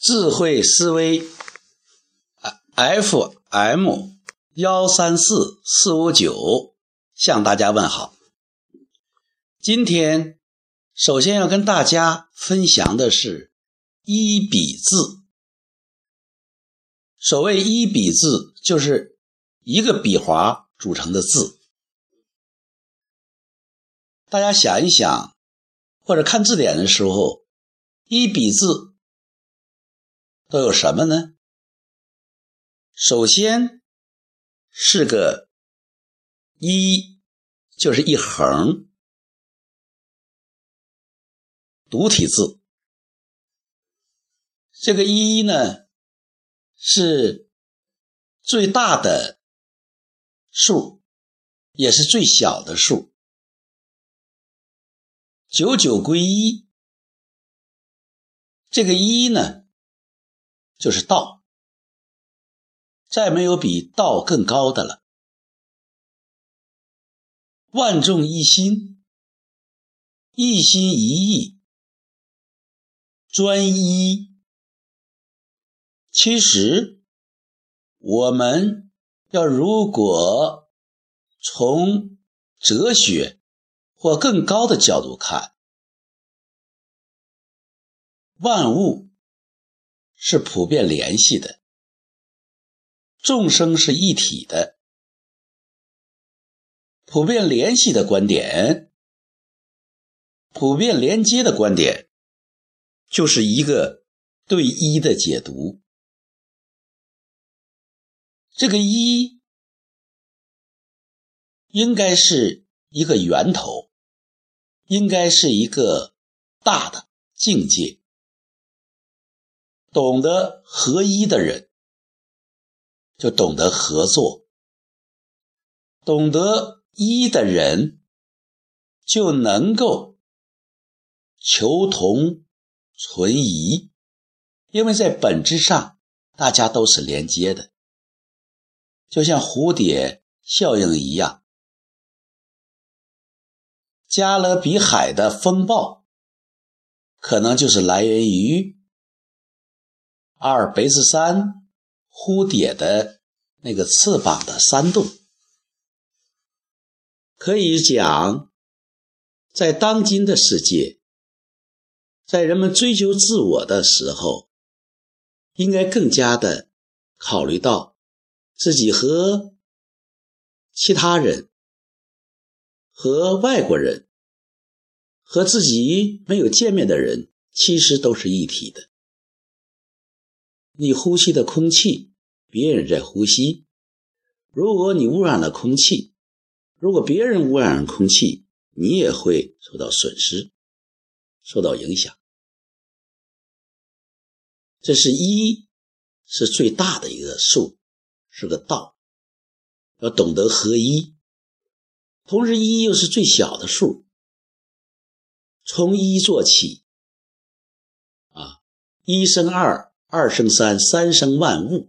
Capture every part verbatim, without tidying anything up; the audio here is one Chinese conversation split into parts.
智慧思维 F M 一三四四五九向大家问好。今天首先要跟大家分享的是一笔字。所谓一笔字，就是一个笔划组成的字。大家想一想，或者看字典的时候，一笔字都有什么呢？首先是个一，就是一横独体字。这个一呢，是最大的数，也是最小的数。九九归一，这个一呢，就是道，再没有比道更高的了。万众一心，一心一意，专一。其实我们要如果从哲学或更高的角度看，万物是普遍联系的，众生是一体的。普遍联系的观点，普遍连接的观点，就是一个对一的解读。这个一应该是一个源头，应该是一个大的境界。懂得合一的人，就懂得合作；懂得一的人，就能够求同存异，因为在本质上大家都是连接的，就像蝴蝶效应一样。加勒比海的风暴可能就是来源于阿尔卑斯山蝴蝶的那个翅膀的扇动。可以讲，在当今的世界，在人们追求自我的时候，应该更加的考虑到自己和其他人，和外国人，和自己没有见面的人，其实都是一体的。你呼吸的空气，别人在呼吸。如果你污染了空气，如果别人污染了空气，你也会受到损失，受到影响。这是一，是最大的一个数，是个道，要懂得合一。同时一又是最小的数，从一做起啊，一生二，二生三，三生万物。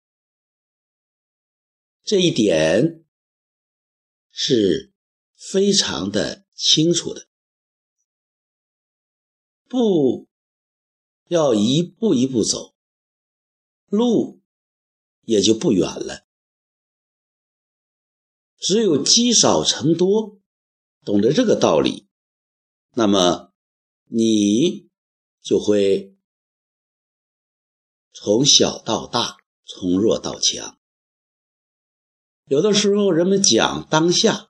这一点是非常的清楚的，步要一步一步走，路也就不远了。只有积少成多，懂得这个道理，那么你就会从小到大，从弱到强。有的时候人们讲当下，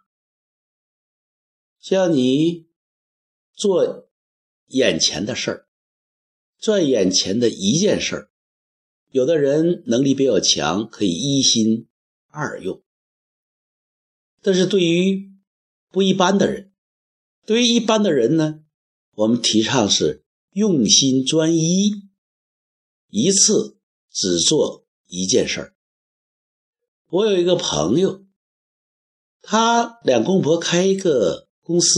像你做眼前的事儿，做眼前的一件事儿，有的人能力比较强，可以一心二用。但是对于不一般的人，对于一般的人呢，我们提倡是用心专一，一次只做一件事儿。我有一个朋友，他两公婆开一个公司，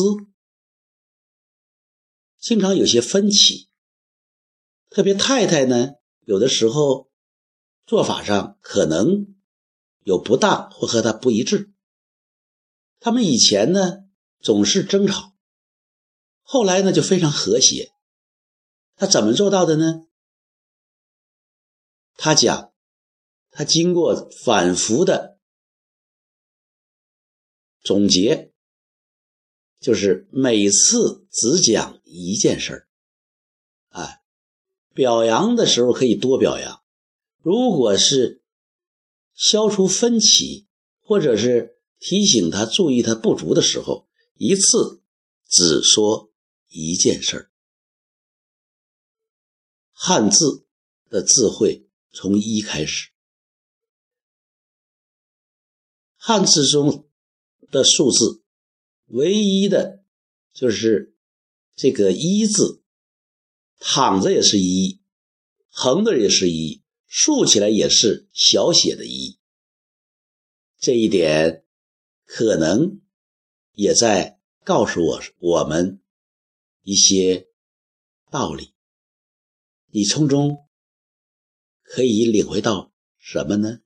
经常有些分歧，特别太太呢，有的时候做法上可能有不当或和他不一致。他们以前呢总是争吵，后来呢就非常和谐。他怎么做到的呢？ 他讲他经过反复的总结，就是每次只讲一件事儿。哎，表扬的时候可以多表扬，如果是消除分歧或者是提醒他注意他不足的时候，一次只说一件事儿。汉字的智慧从一开始，汉字中的数字唯一的就是这个一字，躺着也是一，横着也是一，竖起来也是小写的一。这一点可能也在告诉我我们一些道理，你从中可以领会到什么呢？